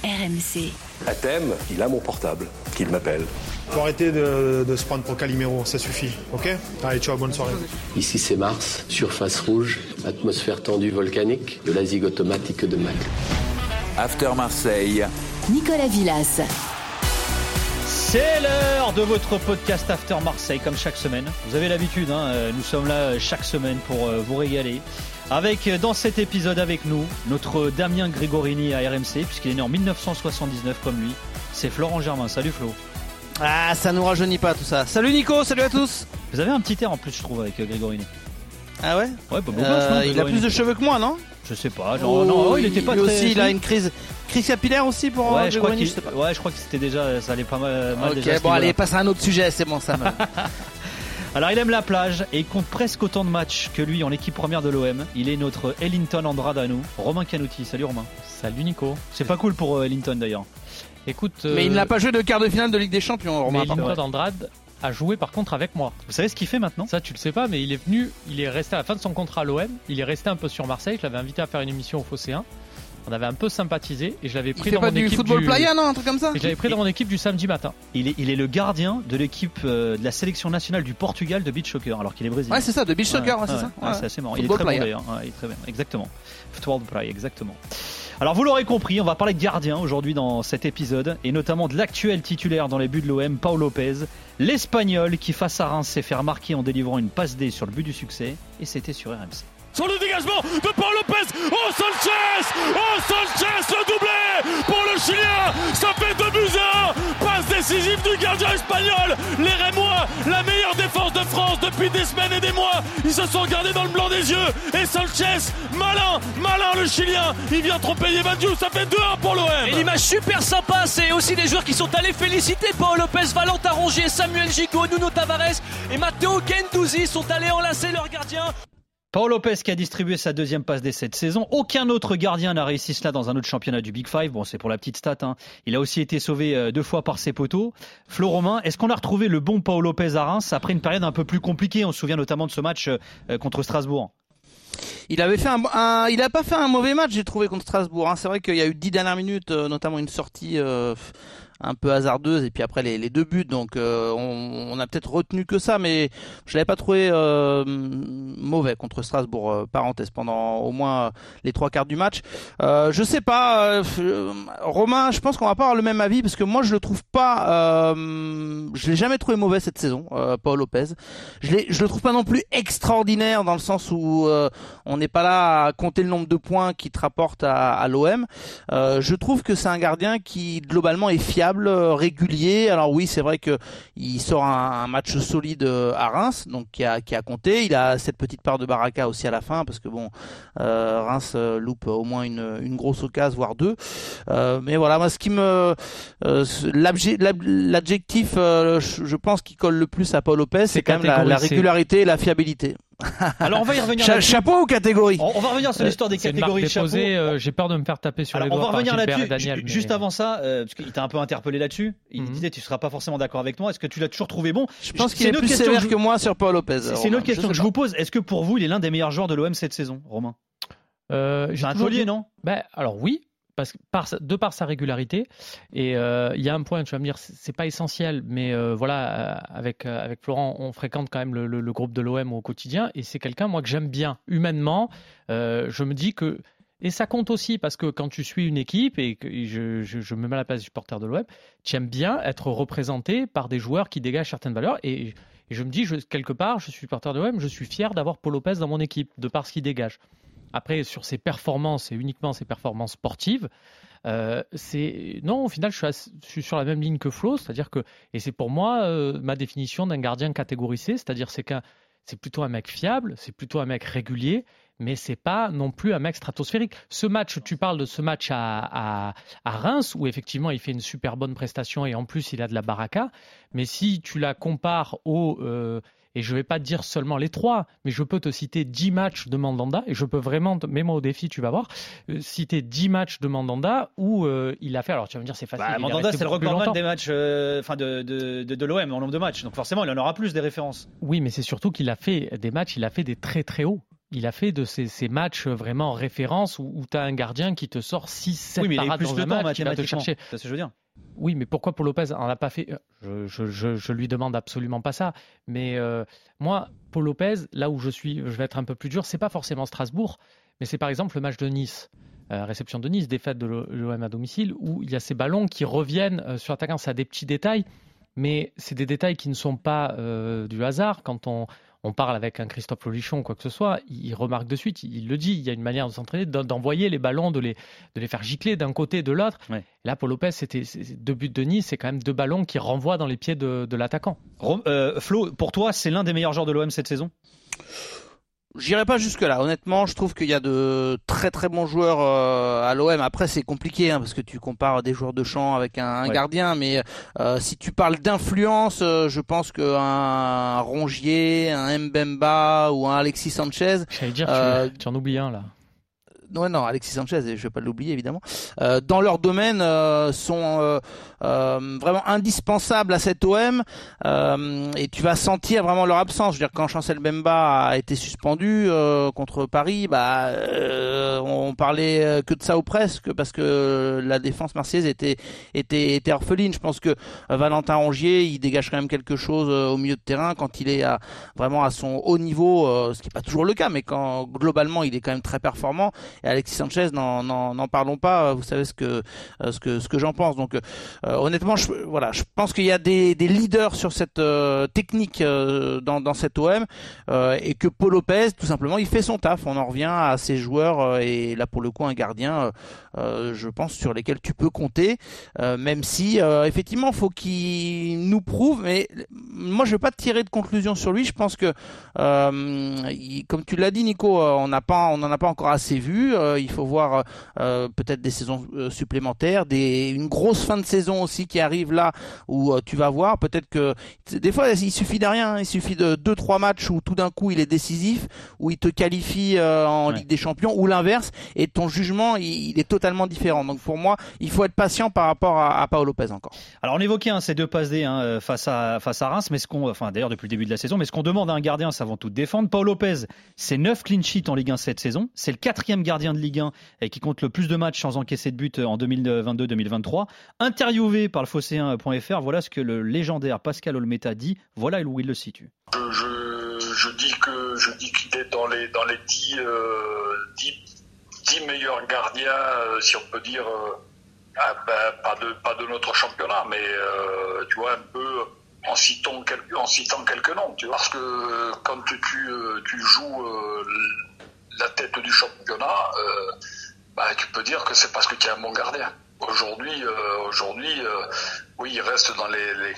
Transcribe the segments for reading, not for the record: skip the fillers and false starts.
RMC. À thème, il a mon portable, qu'il m'appelle. Faut arrêter de se prendre pour Calimero, ça suffit, ok ? Allez, ciao, bonne soirée. Ici c'est Mars, surface rouge, atmosphère tendue volcanique, de la zig automatique de Mac. After Marseille. Nicolas Villas. C'est l'heure de votre podcast After Marseille, comme chaque semaine. Vous avez l'habitude, nous sommes là chaque semaine pour vous régaler. Avec, dans cet épisode avec nous, notre Damien Gregorini à RMC, puisqu'il est né en 1979 comme lui. C'est Florent Germain. Salut Flo. Ah, ça nous rajeunit pas tout ça. Salut Nico, salut à tous. Vous avez un petit air en plus, je trouve, avec Gregorini. Ah ouais ? Ouais, pas beaucoup. Non, il a plus de cheveux que moi, non ? Je sais pas. Genre, non, il était pas lui très. Aussi, il a une crise capillaire aussi pour Gregorini, je sais pas. Ouais, je crois que c'était déjà, ça allait pas mal. Ok, déjà, bon, allez, passe à un autre sujet, c'est bon ça. Alors il aime la plage et il compte presque autant de matchs que lui en équipe première de l'OM. Il est notre Ellington Andrade à nous, Romain Canuti. Salut Romain. Salut Nico. C'est pas cool pour Ellington d'ailleurs. Écoute, mais il n'a pas joué de quart de finale de Ligue des Champions, Romain. Mais Ellington Andrade a joué par contre avec moi. Vous savez ce qu'il fait maintenant ? Ça tu le sais pas, mais il est resté à la fin de son contrat à l'OM. Il est resté un peu sur Marseille. Je l'avais invité à faire une émission au Phocéen. On avait un peu sympathisé et je l'avais pris dans mon équipe. Il fait pas du football playa, non, un truc comme ça. Et je l'avais pris dans mon équipe du samedi matin. Il est le gardien de l'équipe de la sélection nationale du Portugal de beach soccer, alors qu'il est brésilien. Ouais, c'est ça, de beach soccer, c'est ça. Ouais, c'est assez marrant. Il est très bon d'ailleurs. Ouais, il est très bien, exactement. Football playa, exactement. Alors vous l'aurez compris, on va parler de gardien aujourd'hui dans cet épisode et notamment de l'actuel titulaire dans les buts de l'OM, Pau Lopez, l'Espagnol qui face à Reims s'est fait remarquer en délivrant une passe D sur le but du succès et c'était sur RMC. Sur le dégagement de Pau Lopez, Sanchez, le doublé pour le Chilien, ça fait 2-1, passe décisive du gardien espagnol, les Rémois, la meilleure défense de France depuis des semaines et des mois, ils se sont gardés dans le blanc des yeux, et Sanchez, malin le Chilien, il vient tromper Diémadiou, ça fait 2-1 pour l'OM. Et l'image super sympa, c'est aussi des joueurs qui sont allés féliciter Pau Lopez, Valentin Rongier, Samuel Gigot, Nuno Tavares et Matteo Guendouzi sont allés enlacer leur gardien. Pau Lopez qui a distribué sa deuxième passe dès cette saison. Aucun autre gardien n'a réussi cela dans un autre championnat du Big Five. Bon, c'est pour la petite stat. Il a aussi été sauvé 2 fois par ses poteaux. Flo Romain, est-ce qu'on a retrouvé le bon Pau Lopez à Reims après une période un peu plus compliquée ? On se souvient notamment de ce match contre Strasbourg. Il a pas fait un mauvais match, j'ai trouvé, contre Strasbourg. C'est vrai qu'il y a eu 10 dernières minutes, notamment une sortie un peu hasardeuse et puis après les 2 buts, donc on a peut-être retenu que ça, mais je l'avais pas trouvé mauvais contre Strasbourg, parenthèse, pendant au moins les 3 quarts du match. Je sais pas, Romain, je pense qu'on va pas avoir le même avis parce que moi je le trouve pas, je l'ai jamais trouvé mauvais cette saison, Pau Lopez. Je le trouve pas non plus extraordinaire dans le sens où on n'est pas là à compter le nombre de points qu'il te rapporte à l'OM. Je trouve que c'est un gardien qui globalement est fiable, régulier. Alors oui, c'est vrai que il sort un match solide à Reims, donc qui a compté. Il a cette petite part de baraka aussi à la fin parce que bon, Reims loupe au moins une grosse occasion, voire 2. Mais voilà, moi ce qui me l'adjectif, je pense qui colle le plus à Pau Lopez, c'est quand même la régularité et la fiabilité. Alors on va y revenir chapeau ou catégorie ? On va revenir sur l'histoire des catégories de chapeau. J'ai peur de me faire taper sur les doigts. On va revenir là-dessus. Daniel, juste avant ça, parce qu'il t'a un peu interpellé là-dessus. Il disait tu seras pas forcément d'accord avec moi. Est-ce que tu l'as toujours trouvé bon ? Je pense qu'il est plus sévère que moi sur Pau Lopez. C'est une autre question que je vous pose. Est-ce que pour vous il est l'un des meilleurs joueurs de l'OM cette saison, Romain ? J'ai un collier, non ? Alors oui. Parce que de par sa régularité, et il y a un point, tu vas me dire, c'est pas essentiel, mais voilà, avec Florent, on fréquente quand même le groupe de l'OM au quotidien, et c'est quelqu'un, moi, que j'aime bien humainement. Je me dis que, et ça compte aussi parce que quand tu suis une équipe et que je me mets à la place du supporter de l'OM, tu aimes bien être représenté par des joueurs qui dégagent certaines valeurs, et je me dis, quelque part, je suis supporter de l'OM, je suis fier d'avoir Pau Lopez dans mon équipe, de par ce qu'il dégage. Après, sur ses performances et uniquement ses performances sportives, non, au final, je suis sur la même ligne que Flo, c'est-à-dire que, et c'est pour moi ma définition d'un gardien catégorie C, c'est-à-dire c'est plutôt un mec fiable, c'est plutôt un mec régulier, mais c'est pas non plus un mec stratosphérique. Ce match, tu parles de ce match à Reims, où effectivement il fait une super bonne prestation et en plus il a de la baraka, mais si tu la compares et je ne vais pas te dire seulement les 3, mais je peux te citer 10 matchs de Mandanda, et je peux vraiment, mets-moi au défi, tu vas voir, citer 10 matchs de Mandanda où il a fait, alors tu vas me dire c'est facile. Mandanda c'est le recordman des matchs de l'OM en nombre de matchs, donc forcément il en aura plus des références. Oui, mais c'est surtout qu'il a fait des matchs, il a fait des très très hauts. il a fait de ces matchs vraiment référence où tu as un gardien qui te sort 6-7 parades dans un match, qui va te chercher. C'est ce que je veux dire. Oui, mais pourquoi Paul Lopez en a pas fait? Je lui demande absolument pas ça. Mais moi, Paul Lopez, là où je vais être un peu plus dur, c'est pas forcément Strasbourg, mais c'est par exemple le match de Nice. Réception de Nice, défaite de l'OM à domicile, où il y a ces ballons qui reviennent sur l'attaquant. Ça a des petits détails, mais c'est des détails qui ne sont pas du hasard. Quand on parle avec un Christophe Lolichon ou quoi que ce soit, il remarque de suite, il le dit, il y a une manière de s'entraîner, d'envoyer les ballons, de les faire gicler d'un côté et de l'autre. Ouais. Là, Paul Lopez, c'était 2 buts de Nice, c'est quand même 2 ballons qui renvoient dans les pieds de l'attaquant. Flo, pour toi, c'est l'un des meilleurs joueurs de l'OM cette saison ? J'irai pas jusque là. Honnêtement, je trouve qu'il y a de très très bons joueurs à l'OM. Après, c'est compliqué parce que tu compares des joueurs de champ avec un gardien. Mais si tu parles d'influence, je pense qu'un Rongier, un Mbemba ou un Alexis Sanchez. J'allais dire, tu en oublies un là. Non, Alexis Sanchez, je vais pas l'oublier évidemment. Dans leur domaine, sont vraiment indispensables à cet OM, et tu vas sentir vraiment leur absence. Je veux dire, quand Chancel Mbemba a été suspendu contre Paris, on parlait que de ça ou presque, parce que la défense marseillaise était orpheline. Je pense que Valentin Rongier, il dégage quand même quelque chose au milieu de terrain quand il est vraiment à son haut niveau, ce qui est pas toujours le cas, mais quand globalement il est quand même très performant. Et Alexis Sanchez, n'en parlons pas. Vous savez ce que j'en pense. Donc honnêtement, je pense qu'il y a des leaders sur cette technique dans cette OM, et que Paul Lopez, tout simplement, il fait son taf. On en revient à ces joueurs, et là pour le coup un gardien, je pense, sur lesquels tu peux compter, même si effectivement faut qu'il nous prouve. Mais moi je vais pas tirer de conclusion sur lui. Je pense que comme tu l'as dit, Nico, on n'en a pas encore assez vu. Il faut voir peut-être des saisons supplémentaires, une grosse fin de saison aussi qui arrive là, où tu vas voir peut-être que des fois il suffit de rien, il suffit de 2-3 matchs où tout d'un coup il est décisif, où il te qualifie en Ligue des Champions, ou l'inverse, et ton jugement il est totalement différent. Donc pour moi, il faut être patient par rapport à Paul Lopez encore. Alors on évoquait ces 2 passes D face à Reims, mais d'ailleurs depuis le début de la saison, mais ce qu'on demande à un gardien, c'est avant tout de défendre. Paul Lopez, c'est 9 clean sheets en Ligue 1 cette saison, c'est le 4e gardien de Ligue 1 et qui compte le plus de matchs sans encaisser de but en 2022-2023. Interviewé par le Phocéen.fr, voilà ce que le légendaire Pascal Olmeta dit. Voilà où il le situe. Je dis qu'il est dans les 10 meilleurs gardiens, si on peut dire, pas de notre championnat, mais tu vois, un peu en citant quelques noms, tu vois, parce que quand tu joues la tête du championnat, tu peux dire que c'est parce que tu es un bon gardien. Aujourd'hui, oui, il reste dans les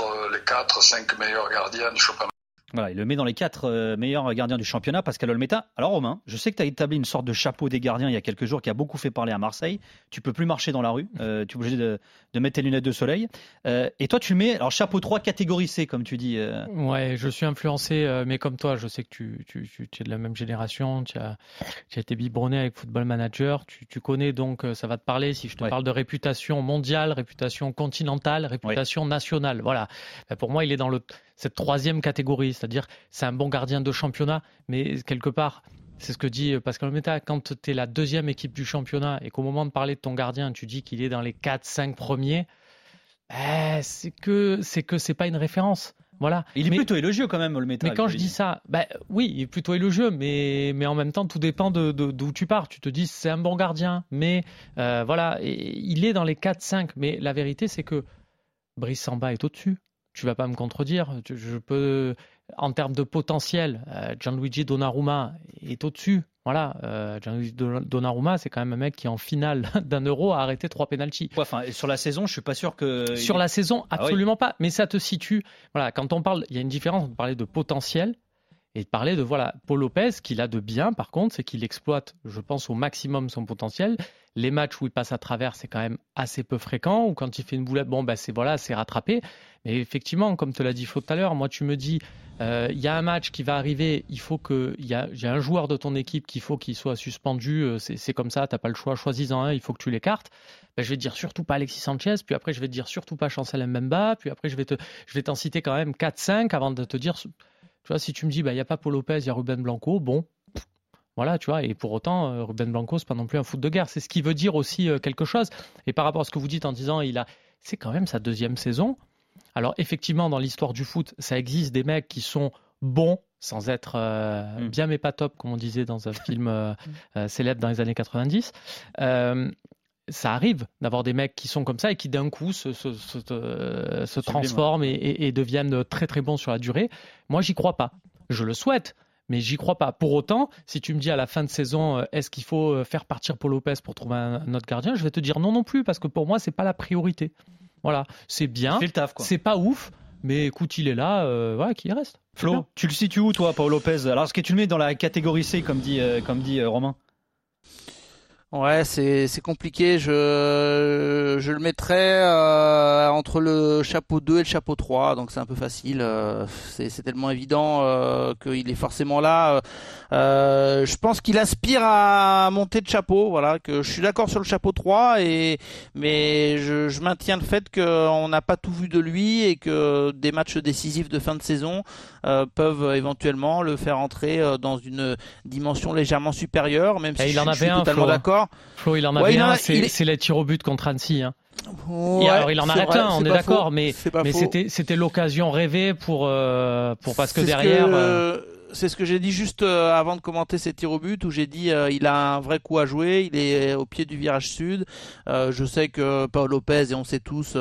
4-5 meilleurs gardiens du championnat. Voilà, il le met dans les 4 meilleurs gardiens du championnat, Pascal Olmeta. Alors Romain, je sais que tu as établi une sorte de chapeau des gardiens il y a quelques jours qui a beaucoup fait parler à Marseille. Tu peux plus marcher dans la rue, tu es obligé de mettre tes lunettes de soleil. Et toi tu mets, alors chapeau 3 catégorie C comme tu dis. Ouais, je suis influencé, mais comme toi, je sais que tu es de la même génération, tu as été biberonné avec Football Manager, tu connais, donc ça va te parler. Si je te parle de réputation mondiale, réputation continentale, réputation nationale, voilà. Pour moi, il est dans cette 3e catégorie, c'est-à-dire c'est un bon gardien de championnat, mais quelque part, c'est ce que dit Pascal Olmeta, quand tu es la 2e équipe du championnat et qu'au moment de parler de ton gardien, tu dis qu'il est dans les 4-5 premiers, c'est que c'est pas une référence. Voilà. Il est plutôt élogieux quand même, Olmeta. Mais quand je dis ça, oui, il est plutôt élogieux, mais en même temps, tout dépend d'où tu pars. Tu te dis, c'est un bon gardien, mais voilà, et il est dans les 4-5, mais la vérité, c'est que Brice Samba est au-dessus. Tu vas pas me contredire. Je peux, en termes de potentiel, Gianluigi Donnarumma est au-dessus. Voilà, Gianluigi Donnarumma, c'est quand même un mec qui en finale d'un Euro a arrêté 3 pénaltys. Sur la saison, je suis pas sûr que. Sur la saison, absolument pas. Mais ça te situe. Voilà, quand on parle, il y a une différence entre parler de potentiel et de parler de Paul Lopez, qu'il a de bien. Par contre, c'est qu'il exploite, je pense, au maximum son potentiel. Les matchs où il passe à travers, c'est quand même assez peu fréquent. Ou quand il fait une boulette, c'est rattrapé. Mais effectivement, comme te l'a dit Flo tout à l'heure, moi tu me dis, il y a un match qui va arriver, il faut j'ai un joueur de ton équipe qu'il faut qu'il soit suspendu, c'est comme ça, t'as pas le choix, choisis-en un, il faut que tu l'écartes. Je vais te dire surtout pas Alexis Sanchez, puis après je vais te dire surtout pas Chancel Mbemba, puis après je vais t'en citer quand même 4-5 avant de te dire, tu vois, si tu me dis, il y a pas Paul Lopez, il y a Ruben Blanco, bon, Voilà, tu vois, et pour autant, Ruben Blanco, c'est pas non plus un foot de guerre. C'est ce qui veut dire aussi quelque chose. Et par rapport à ce que vous dites en disant, c'est quand même sa 2e saison. Alors, effectivement, dans l'histoire du foot, ça existe des mecs qui sont bons, sans être bien mais pas top, comme on disait dans un film célèbre dans les années 90. Ça arrive d'avoir des mecs qui sont comme ça et qui d'un coup se transforment et deviennent très très bons sur la durée. Moi, j'y crois pas. Je le souhaite. Mais j'y crois pas. Pour autant, si tu me dis à la fin de saison, est-ce qu'il faut faire partir Paul Lopez pour trouver un autre gardien, je vais te dire non plus, parce que pour moi, c'est pas la priorité. Voilà, c'est bien, le taf, quoi. C'est pas ouf, mais écoute, il est là, voilà, qu'il reste. Flo, tu le situes où, toi, Paul Lopez? Alors, est-ce que tu le mets dans la catégorie C, comme dit Romain? Ouais, c'est compliqué. Je le mettrais entre le chapeau 2 et le chapeau 3, donc c'est un peu facile. C'est tellement évident qu'il est forcément là. Je pense qu'il aspire à monter de chapeau. Voilà, que je suis d'accord sur le chapeau 3, mais je maintiens le fait qu'on n'a pas tout vu de lui et que des matchs décisifs de fin de saison peuvent éventuellement le faire entrer dans une dimension légèrement supérieure, même si je suis totalement d'accord. Flo, il en avait un, c'est les tirs au but contre Annecy. Hein. Ouais, alors il en arrête un, on est d'accord, faux, mais c'était l'occasion rêvée pour parce que c'est derrière. C'est ce que j'ai dit juste avant de commenter ces tirs au but, où j'ai dit il a un vrai coup à jouer, il est au pied du virage sud. Je sais que Paul Lopez, et on sait tous,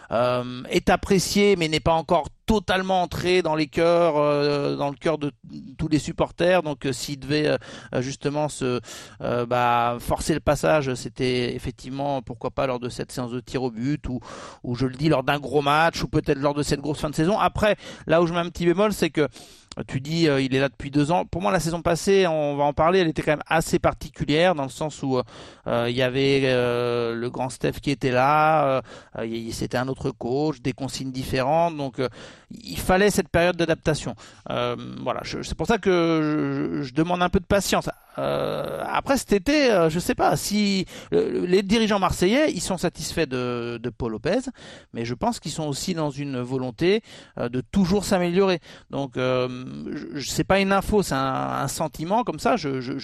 est apprécié, mais n'est pas encore totalement entré dans les cœurs, dans le cœur de tous les supporters. Donc s'il devait justement forcer le passage, c'était effectivement pourquoi pas lors de cette séance de tir au but, ou je le dis lors d'un gros match, ou peut-être lors de cette grosse fin de saison. Après, là où je mets un petit bémol, c'est que tu dis il est là depuis 2 ans. Pour moi, la saison passée, on va en parler, elle était quand même assez particulière, dans le sens où il y avait le grand Steph qui était là, c'était un autre coach, des consignes différentes, donc il fallait cette période d'adaptation. Voilà, c'est pour ça que je demande un peu de patience. Après cet été, je sais pas si les dirigeants marseillais, ils sont satisfaits de Paul Lopez, mais je pense qu'ils sont aussi dans une volonté de toujours s'améliorer. Donc c'est pas une info, c'est un sentiment comme ça.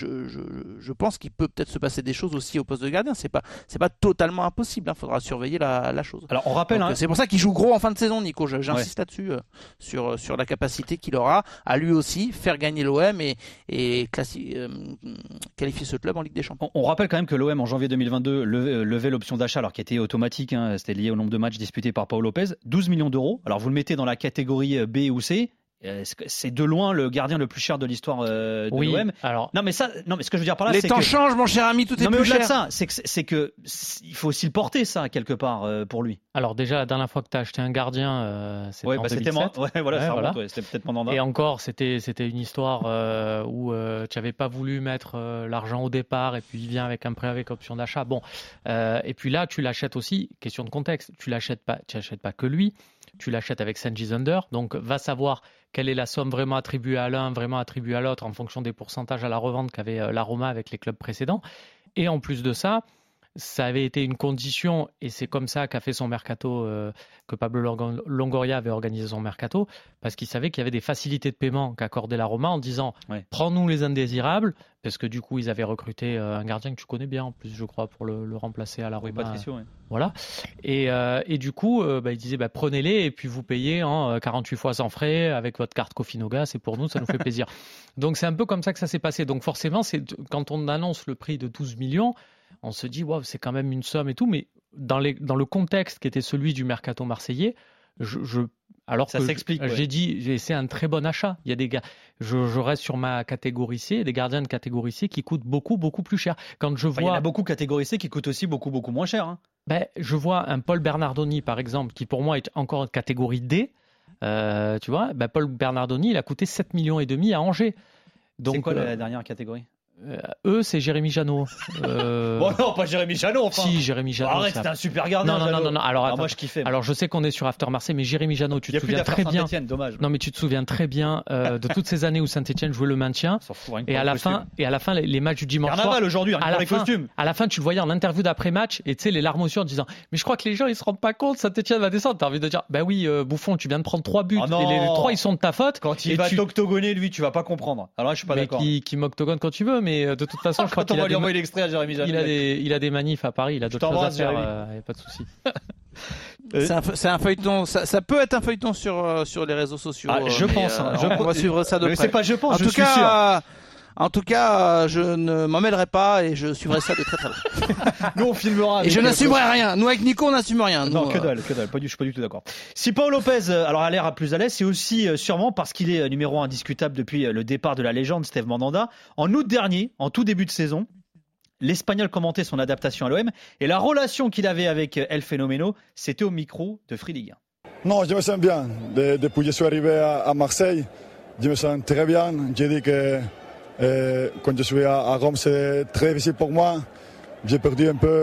Je pense qu'il peut peut-être se passer des choses aussi au poste de gardien. C'est pas totalement impossible. Faudra surveiller la chose. Alors on rappelle, c'est pour ça qu'il joue gros en fin de saison, Nico. J'insiste là-dessus sur la capacité qu'il aura à lui aussi faire gagner l'OM et qualifier ce club en Ligue des Champions. On rappelle quand même que l'OM en janvier 2022 levait l'option d'achat, alors qui était automatique, c'était lié au nombre de matchs disputés par Paul Lopez, 12 millions d'euros. Alors vous le mettez dans la catégorie B ou C. C'est de loin le gardien le plus cher de l'histoire de l'OM. Alors, non mais ce que je veux dire par là, c'est que les temps changent, mon cher ami, tout est plus cher. De ça, c'est que il faut aussi le porter, ça, quelque part, pour lui. Alors déjà, la dernière fois que tu as acheté un gardien, c'était en 2007. C'était peut-être pendant un. Et encore, c'était une histoire où tu n'avais pas voulu mettre l'argent au départ, et puis il vient avec un prêt avec option d'achat. Bon, et puis là, tu l'achètes aussi. Question de contexte, tu n'achètes pas que lui. Tu l'achètes avec Cengiz Under, donc va savoir quelle est la somme vraiment attribuée à l'un, vraiment attribuée à l'autre en fonction des pourcentages à la revente qu'avait la Roma avec les clubs précédents. Et en plus de ça, ça avait été une condition, et c'est comme ça qu'a fait son mercato, que Pablo Longoria avait organisé son mercato, parce qu'il savait qu'il y avait des facilités de paiement qu'accordait la Roma en disant prends-nous les indésirables, parce que du coup ils avaient recruté un gardien que tu connais bien en plus, je crois, pour le remplacer à la Roma. Patricio, voilà. Et du coup il disait prenez-les et puis vous payez en 48 fois sans frais avec votre carte Cofinoga, c'est pour nous, ça nous fait plaisir. Donc c'est un peu comme ça que ça s'est passé. Donc forcément, quand on annonce le prix de 12 millions, on se dit c'est quand même une somme et tout, mais dans le contexte qui était celui du mercato marseillais, ça s'explique. J'ai dit c'est un très bon achat. Il y a des gars, je reste sur ma catégorie C, des gardiens de catégorie C qui coûtent beaucoup plus cher. Quand je vois, il y en a beaucoup catégorie C qui coûtent aussi beaucoup moins cher. Hein. Je vois un Paul Bernardoni par exemple qui pour moi est encore en catégorie D. Tu vois, Paul Bernardoni il a coûté 7,5 millions à Angers. Donc c'est quoi la dernière catégorie? C'est Jérémy Janot. Bon non, pas Jérémy Janot. Enfin. Si, Jérémy Janot. Arrête, c'était un super gardien. Non. Alors moi je kiffais. Alors je sais qu'on est sur After Marseille, mais Jérémy Janot, tu te souviens très bien. Dommage. Non, mais tu te souviens très bien de toutes ces années où Saint-Etienne jouait le maintien. Et à la fin, les matchs du dimanche soir. Carnaval aujourd'hui, pour les costumes. À la fin, tu le voyais en interview d'après-match, et tu sais les larmes aux yeux en disant, mais je crois que les gens ils se rendent pas compte, Saint-Etienne va descendre. T'as envie de dire, oui, Bouffon, tu viens de prendre 3 buts, et les 3 ils sont de ta faute. Quand il va t'octogoner, lui, tu vas pas comprendre. Alors là, je suis pas d'accord. Qui m'octogone quand tu veux, mais de toute façon, je crois Quand on qu'il va a lui envoyer l'extrait à Jérémy Jannet. il a des manifs à Paris, il a d'autres choses à faire, il n'y a pas de souci. C'est un feuilleton, ça peut être un feuilleton sur les réseaux sociaux. Je pense. On va suivre ça de près. C'est pas je pense, je suis sûr. En tout cas, je ne m'en mêlerai pas et je suivrai ça de très très loin. Nous, on filmera. Et je n'assumerai rien. Nous, avec Nico, on n'assume rien. Non, que dalle. Je suis pas du tout d'accord. Si Pau Lopez, alors a l'air plus à l'aise, c'est aussi sûrement parce qu'il est numéro 1 indiscutable depuis le départ de la légende Steve Mandanda. En août dernier, en tout début de saison, l'Espagnol commentait son adaptation à l'OM et la relation qu'il avait avec El Fenomeno, c'était au micro de Free Ligue 1. Non, je me sens bien. Depuis que je suis arrivé à Marseille, je me sens très bien. J'ai dit que quand je suis à Rome, c'est très difficile pour moi. J'ai perdu un peu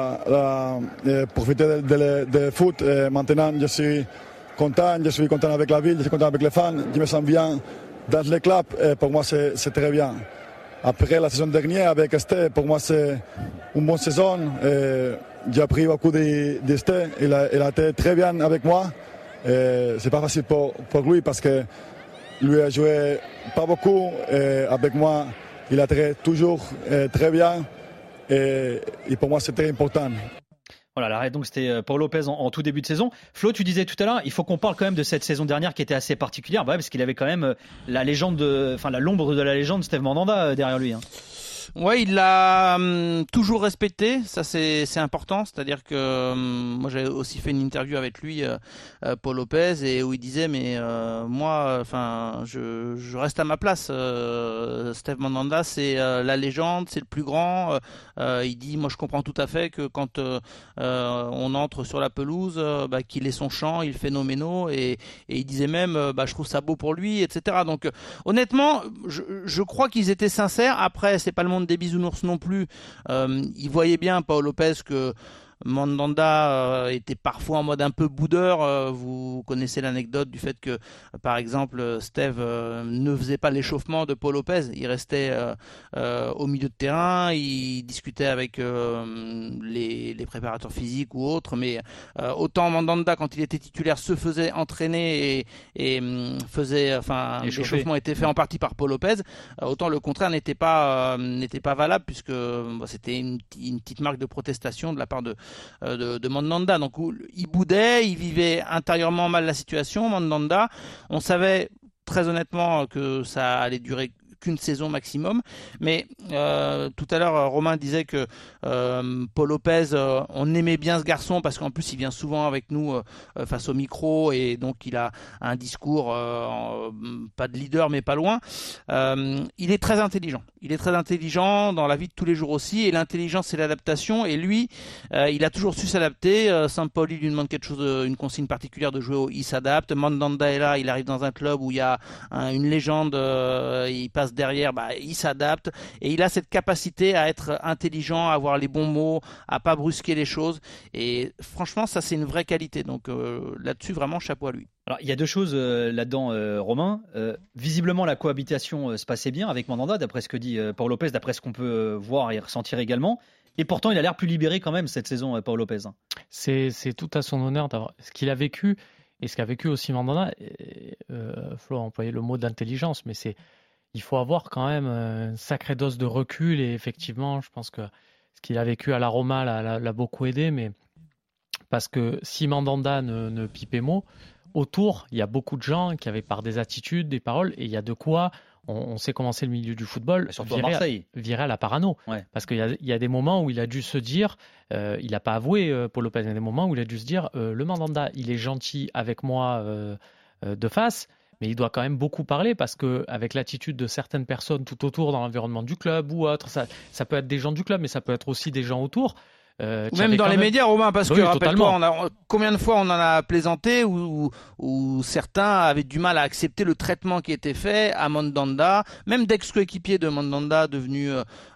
profiter de foot. Et maintenant, je suis content avec la ville, je suis content avec les fans. Je me sens bien dans les clubs. Et pour moi, c'est très bien. Après la saison dernière avec Esté, pour moi, c'est une bonne saison. J'ai appris beaucoup de Esté. Il a été très bien avec moi. C'est pas facile pour lui parce que lui a joué pas beaucoup avec moi. Il a été toujours très bien et pour moi c'est très important. Voilà, l'arrêt donc c'était Pau Lopez en tout début de saison. Flo, tu disais tout à l'heure, il faut qu'on parle quand même de cette saison dernière qui était assez particulière, parce qu'il avait quand même l'ombre de la légende Steve Mandanda derrière lui. Ouais, il l'a toujours respecté, ça c'est important, c'est-à-dire que moi j'ai aussi fait une interview avec lui, Pau Lopez, et où il disait mais moi, enfin je reste à ma place. Steve Mandanda c'est la légende, c'est le plus grand. Il dit moi je comprends tout à fait que quand on entre sur la pelouse, qu'il ait son chant, il est phénoménal, et il disait même je trouve ça beau pour lui, etc. Donc honnêtement, je crois qu'ils étaient sincères. Après c'est pas le monde des bisounours non plus. Il voyait bien, Pau Lopez, que Mandanda était parfois en mode un peu boudeur. Vous connaissez l'anecdote du fait que, par exemple, Steve ne faisait pas l'échauffement de Pau Lopez. Il restait au milieu de terrain, il discutait avec les préparateurs physiques ou autres. Mais autant Mandanda, quand il était titulaire, se faisait entraîner et faisait, l'échauffement était fait en partie par Pau Lopez. Autant le contraire n'était pas valable, puisque c'était une petite marque de protestation de la part de Mandanda. Donc il boudait, il vivait intérieurement mal la situation, Mandanda. On savait très honnêtement que ça allait durer qu'une saison maximum, mais tout à l'heure Romain disait que Pau Lopez, on aimait bien ce garçon parce qu'en plus il vient souvent avec nous face au micro, et donc il a un discours pas de leader mais pas loin. Il est très intelligent dans la vie de tous les jours aussi, et l'intelligence c'est l'adaptation, et lui il a toujours su s'adapter. Sampaoli lui demande quelque chose, une consigne particulière de jouer, il s'adapte. Mandanda est là, il arrive dans un club où il y a une légende, il passe derrière, il s'adapte, et il a cette capacité à être intelligent, à avoir les bons mots, à pas brusquer les choses, et franchement ça c'est une vraie qualité. Donc là-dessus vraiment chapeau à lui. Alors il y a deux choses là-dedans, Romain. Visiblement la cohabitation se passait bien avec Mandanda, d'après ce que dit Pau Lopez, d'après ce qu'on peut voir et ressentir également. Et pourtant il a l'air plus libéré quand même cette saison, Pau Lopez. C'est tout à son honneur d'avoir ce qu'il a vécu et ce qu'a vécu aussi Mandanda. Flo a employé le mot d'intelligence, mais il faut avoir quand même une sacrée dose de recul, et effectivement, je pense que ce qu'il a vécu à la Roma l'a beaucoup aidé, mais parce que si Mandanda ne pipait mot, autour, il y a beaucoup de gens qui avaient par des attitudes, des paroles, et il y a de quoi, on sait comment c'est le milieu du football, surtout à Marseille, virer à la parano. Ouais. Parce qu'il y a des moments où il a dû se dire, il n'a pas avoué, Pau Lopez, il y a des moments où il a dû se dire, le Mandanda, il est gentil avec moi de face, mais il doit quand même beaucoup parler, parce qu'avec l'attitude de certaines personnes tout autour dans l'environnement du club ou autre, ça peut être des gens du club, mais ça peut être aussi des gens autour. Même dans les médias, Romain, parce que rappelle-toi, combien de fois on en a plaisanté où certains avaient du mal à accepter le traitement qui était fait à Mandanda, même d'ex-coéquipiers de Mandanda devenus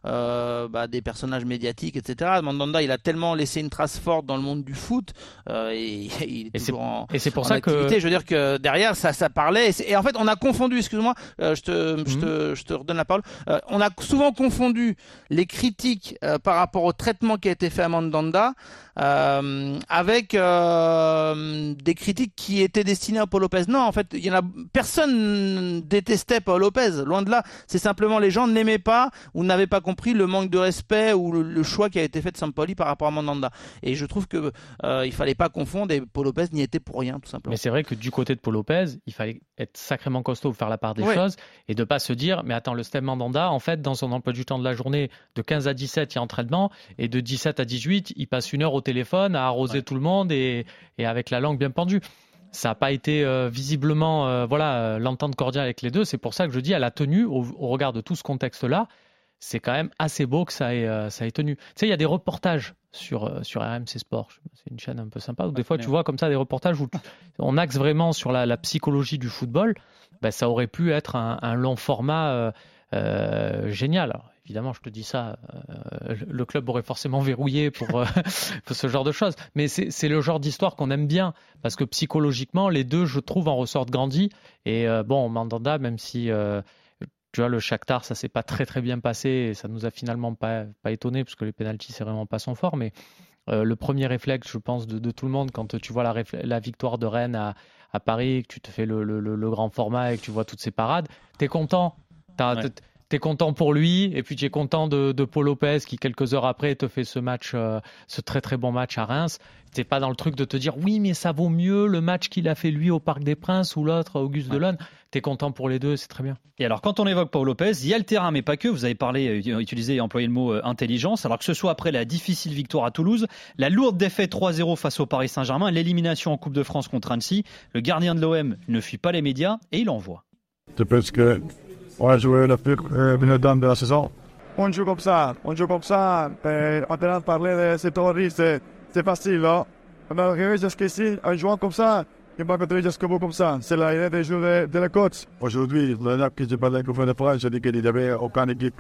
des personnages médiatiques, etc. Mandanda, il a tellement laissé une trace forte dans le monde du foot, et il est toujours en activité. Je veux dire que derrière ça parlait, et en fait on a confondu, excuse-moi, je te redonne la parole, on a souvent confondu les critiques par rapport au traitement qui a été fait à Mandanda, avec des critiques qui étaient destinées à Paul Lopez. Non, en fait, personne détestait Paul Lopez. Loin de là, c'est simplement les gens n'aimaient pas ou n'avaient pas compris le manque de respect ou le choix qui a été fait de Sampaoli par rapport à Mandanda. Et je trouve que il fallait pas confondre et Paul Lopez n'y était pour rien, tout simplement. Mais c'est vrai que du côté de Paul Lopez, il fallait être sacrément costaud pour faire la part des choses et de pas se dire, mais attends, le Steve Mandanda, en fait, dans son emploi du temps de la journée, de 15 à 17, il y a entraînement, et de 17 à 18, il passe 1 heure au téléphone à arroser tout le monde et avec la langue bien pendue. Ça n'a pas été visiblement l'entente cordiale avec les deux. C'est pour ça que je dis, à la tenue, au regard de tout ce contexte-là, c'est quand même assez beau que ça ait tenu. Tu sais, il y a des reportages sur RMC Sport. C'est une chaîne un peu sympa. Où des fois, tu vois comme ça des reportages où on axe vraiment sur la psychologie du football. Ben, ça aurait pu être un long format génial. Alors, évidemment, je te dis ça, le club aurait forcément verrouillé pour ce genre de choses. Mais c'est le genre d'histoire qu'on aime bien parce que psychologiquement, les deux, je trouve, en ressortent grandis. Et Mandanda, même si tu vois, le Shakhtar, ça s'est pas très très bien passé et ça nous a finalement pas étonné parce que les pénaltys, c'est vraiment pas son fort. Mais le premier réflexe, je pense, de tout le monde quand tu vois la victoire de Rennes à Paris, que tu te fais le grand format et que tu vois toutes ces parades, t'es content. T'es content pour lui et puis tu es content de Paul Lopez qui quelques heures après te fait ce match, ce très très bon match à Reims. T'es pas dans le truc de te dire oui mais ça vaut mieux le match qu'il a fait lui au Parc des Princes ou l'autre Auguste Delaune. T'es content pour les deux, c'est très bien. Et alors quand on évoque Paul Lopez, il y a le terrain mais pas que. Vous avez utilisé et employé le mot intelligence. Alors que ce soit après la difficile victoire à Toulouse, la lourde défaite 3-0 face au Paris Saint-Germain, l'élimination en Coupe de France contre Annecy, le gardien de l'OM ne fuit pas les médias et il envoie. Je pense que on a joué la pire dame de la saison. On joue comme ça. Maintenant, parler de cette théorie, c'est facile. Là. On est arrivé jusqu'ici en jouant comme ça. Il va continuer jusqu'au bout comme ça. C'est l'idée des joueurs de la côte. Aujourd'hui, le dernier que j'ai parlé avec le Coupe de France, j'ai dit qu'il n'y avait aucune équipe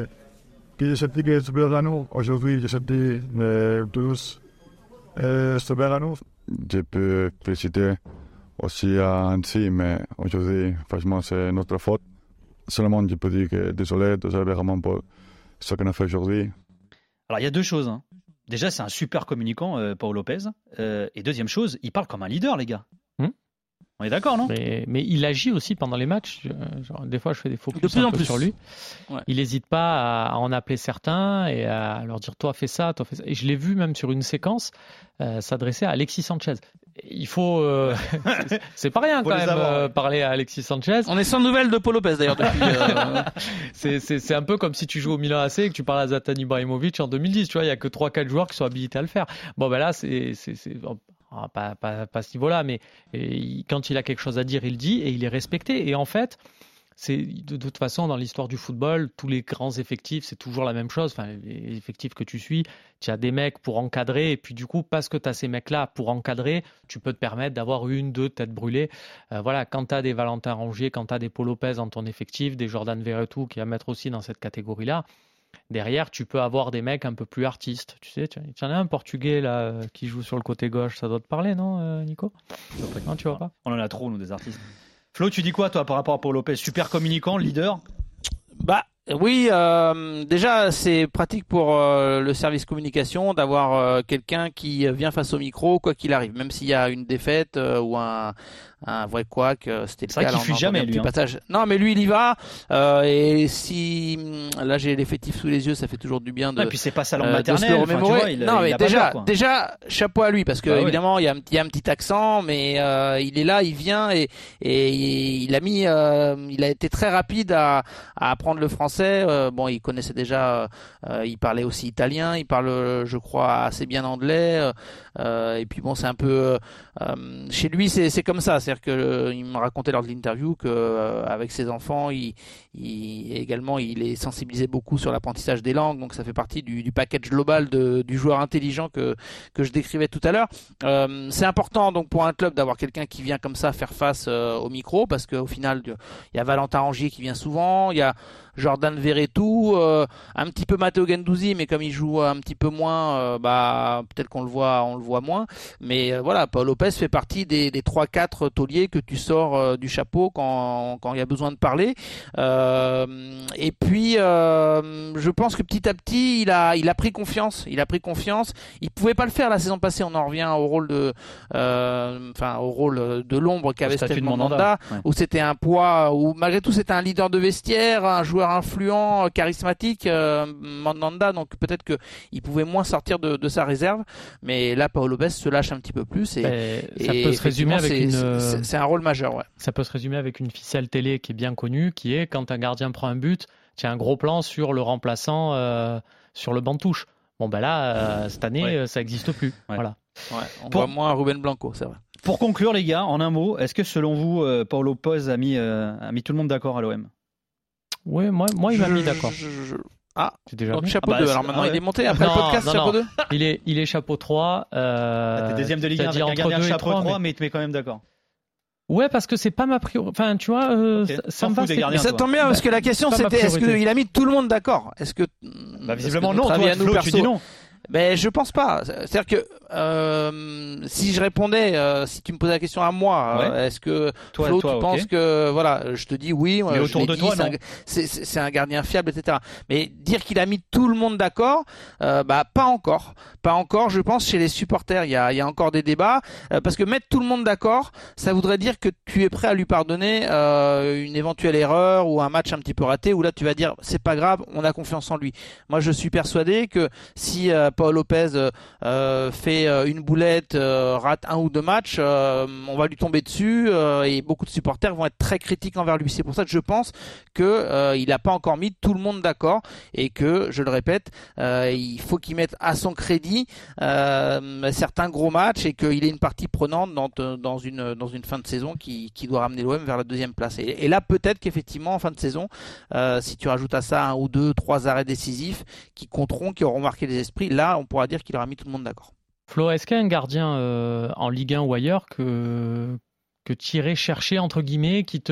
qui s'est dit qu'elle supérieure à nous. Aujourd'hui, je sais que Toulouse est supérieure à nous. Je peux féliciter aussi à Annecy, mais aujourd'hui, franchement, c'est notre faute. Seulement, je peux dire que désolé vraiment pour ce qu'on a fait aujourd'hui. Alors, il y a deux choses. Déjà, c'est un super communicant, Paul Lopez. Et deuxième chose, il parle comme un leader, les gars. On est d'accord, non ? Mais il agit aussi pendant les matchs. Genre, des fois, je fais des focus un peu sur lui. Ouais. Il n'hésite pas à en appeler certains et à leur dire toi, fais ça, toi, fais ça. Et je l'ai vu même sur une séquence s'adresser à Alexis Sanchez. Il faut... c'est pas rien quand même parler à Alexis Sanchez. On est sans nouvelles de Paul Lopez d'ailleurs depuis... c'est un peu comme si tu joues au Milan AC et que tu parles à Zlatan Ibrahimovic en 2010. Tu vois, il n'y a que 3-4 joueurs qui sont habilités à le faire. Bon, ben là, c'est pas à ce niveau-là, mais quand il a quelque chose à dire, il le dit et il est respecté. Et en fait, c'est de toute façon dans l'histoire du football, tous les grands effectifs, c'est toujours la même chose. Enfin, les effectifs que tu suis, tu as des mecs pour encadrer et puis du coup, parce que tu as ces mecs-là pour encadrer, tu peux te permettre d'avoir 1-2 têtes brûlées. Voilà, quand tu as des Valentin Rongier, quand tu as des Paul Lopez dans ton effectif, des Jordan Verretou qui va mettre aussi dans cette catégorie-là. Derrière, tu peux avoir des mecs un peu plus artistes. Tu sais, tu en as un Portugais là qui joue sur le côté gauche. Ça doit te parler, non, Nico ? Non, tu vois pas ? On en a trop, nous, des artistes. Flo, tu dis quoi, toi, par rapport à Paul Lopez ? Super communicant, leader ? Bah oui, déjà c'est pratique pour le service communication d'avoir quelqu'un qui vient face au micro quoi qu'il arrive, même s'il y a une défaite ou un vrai couac, c'était le cas. C'est vrai qu'il fuit jamais, lui. Passage. Non, mais lui, il y va. Et si là j'ai l'effectif sous les yeux, ça fait toujours du bien de. Et puis c'est pas sa langue maternelle. Enfin, tu vois, non, mais déjà, chapeau à lui parce que évidemment il y a un petit accent, mais il est là, il vient et il a été très rapide à apprendre le français. Bon, il connaissait déjà. Il parlait aussi italien. Il parle, je crois, assez bien anglais. Et puis bon, c'est un peu chez lui, c'est comme ça. C'est-à-dire que il me racontait lors de l'interview que avec ses enfants, il est sensibilisé beaucoup sur l'apprentissage des langues. Donc ça fait partie du package global du joueur intelligent que je décrivais tout à l'heure. C'est important donc pour un club d'avoir quelqu'un qui vient comme ça faire face au micro parce qu'au final, il y a Valentin Rongier qui vient souvent. Il y a Jordan Verretou, un petit peu Matteo Guendouzi, mais comme il joue un petit peu moins, peut-être qu'on le voit moins. Mais voilà, Paul Lopez fait partie des 3-4 taulier que tu sors du chapeau quand il y a besoin de parler. Et puis, je pense que petit à petit, il a pris confiance. Il pouvait pas le faire la saison passée. On en revient au rôle de l'ombre qu'avait Steve Mandanda, où c'était un poids, où malgré tout c'était un leader de vestiaire, un joueur influent, charismatique, Mandanda. Donc peut-être que il pouvait moins sortir de sa réserve. Mais là, Paul Lopez se lâche un petit peu plus. Ça peut se résumer avec c'est un rôle majeur. Ouais. Ça peut se résumer avec une ficelle télé qui est bien connue, qui est quand un gardien prend un but, tu as un gros plan sur le remplaçant sur le banc de touche. Bon ben là, cette année, ça n'existe plus. Ouais. Voilà. Ouais, on voit moins Ruben Blanco, c'est vrai. Pour conclure, les gars, en un mot, est-ce que selon vous, Paul Lopez a mis tout le monde d'accord à l'OM? Oui, moi il m'a mis d'accord. Donc chapeau 2. Alors maintenant, il est monté après le podcast chapeau 2. Il est chapeau 3. T'es deuxième de Ligue 1 avec un gardien chapeau 3, mais il te met quand même d'accord. Ouais, parce que c'est pas ma priorité. Enfin, tu vois, ça me passe. Mais ça tombe bien parce que la question c'était est-ce qu'il a mis tout le monde d'accord? Est-ce que visiblement non. Toi, Flo, tu dis non. Mais je pense pas. C'est-à-dire que si je répondais, si tu me posais la question à moi, est-ce que Flo, tu penses que voilà, je te dis oui. Mais autour de toi, non. C'est un gardien fiable, etc. Mais dire qu'il a mis tout le monde d'accord, pas encore. Pas encore. Je pense chez les supporters, il y a encore des débats parce que mettre tout le monde d'accord, ça voudrait dire que tu es prêt à lui pardonner une éventuelle erreur ou un match un petit peu raté où là tu vas dire c'est pas grave, on a confiance en lui. Moi, je suis persuadé que si Paul Lopez fait une boulette, rate un ou deux matchs, on va lui tomber dessus et beaucoup de supporters vont être très critiques envers lui. C'est pour ça que je pense que il n'a pas encore mis tout le monde d'accord et que, je le répète, il faut qu'il mette à son crédit certains gros matchs et qu'il ait une partie prenante dans une fin de saison qui doit ramener l'OM vers la deuxième place. Et là, peut-être qu'effectivement, en fin de saison, si tu rajoutes à ça un ou deux, trois arrêts décisifs qui compteront, qui auront marqué les esprits, là, on pourra dire qu'il aura mis tout le monde d'accord. Flo, est-ce qu'il y a un gardien en Ligue 1 ou ailleurs que tu irais chercher, entre guillemets, qui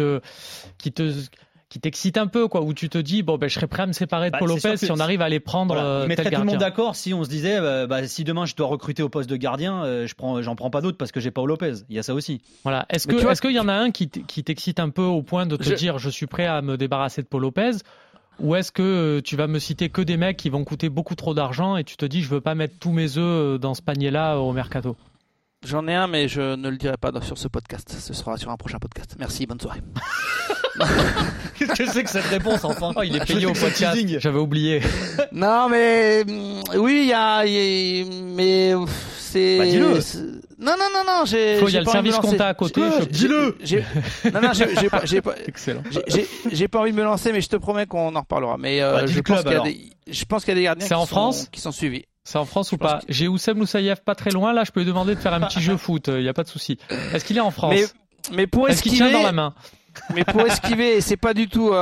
t'excite un peu, quoi, où tu te dis je serais prêt à me séparer de Paul Lopez si on arrive à aller prendre tel gardien. Mettrait tout le monde d'accord si on se disait si demain je dois recruter au poste de gardien, j'en prends pas d'autres parce que j'ai Paul Lopez. Il y a ça aussi. Voilà. Est-ce qu'il y en a un qui t'excite un peu au point de te dire je suis prêt à me débarrasser de Paul Lopez? Ou est-ce que tu vas me citer que des mecs qui vont coûter beaucoup trop d'argent et tu te dis je veux pas mettre tous mes œufs dans ce panier-là au mercato? J'en ai un, mais je ne le dirai pas sur ce podcast. Ce sera sur un prochain podcast. Merci, bonne soirée. Qu'est-ce que c'est que cette réponse, enfin? Il est payé au podcast. J'avais oublié. Non, mais oui, mais c'est. Dis-le. Non. Il y a le service compta à côté. Dis-le. Excellent. J'ai pas envie de me lancer, mais je te promets qu'on en reparlera. Mais je pense qu'il y a des gardiens qui sont suivis. C'est en France ou pas? J'ai Oussem Moussaïef pas très loin. Là, je peux lui demander de faire un petit jeu foot. Il n'y a pas de souci. Est-ce qu'il est en France? Mais pour Est-ce qu'il tient dans la main? Mais pour esquiver, c'est pas du tout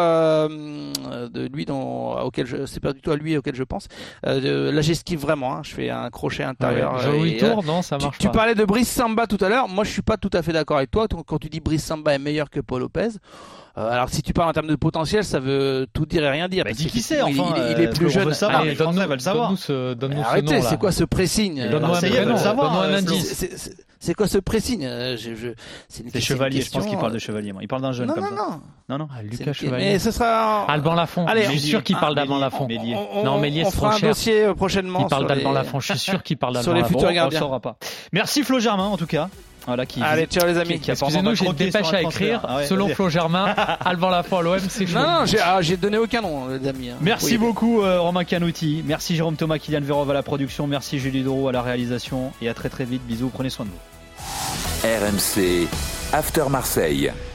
de lui c'est pas du tout à lui auquel je pense. Là, j'esquive vraiment. Je fais un crochet intérieur. Non, ça marche pas. Tu parlais de Brice Samba tout à l'heure. Moi, je suis pas tout à fait d'accord avec toi. Quand tu dis Brice Samba est meilleur que Paul Lopez. Alors si tu parles en termes de potentiel, ça veut tout dire et rien dire. Dis qui c'est, enfin. Il est plus jeune. Allez, donne-nous ce nom. Arrêtez, c'est quoi ce pressing? Donne-nous un indice. C'est quoi ce pressing? C'est Chevalier, je pense qu'il parle de Chevalier. Il parle d'un jeune comme ça. Non. Lucas Chevalier. Mais ce sera Alban Lafont. Je suis sûr qu'il parle d'Alban Lafont. Non, Méliès, on fera un dossier prochainement. Il parle d'Alban Lafont. Je suis sûr qu'il parle d'Alban Lafont. Sur les futurs gardiens. On ne saura pas. Merci Flo Germain, en tout cas. Allez, ciao les amis. Excusez-nous, j'ai une dépêche à écrire. Selon Flo Germain, Alban Lafont à l'OM, c'est chaud. Non, j'ai donné aucun nom, les amis. Merci beaucoup Romain Canouti. Merci Jérôme Thomas, Kylian Vérov à la production. Merci Julie Doroux à la réalisation. Et à très très vite. Bisous, prenez soin de vous. RMC After Marseille.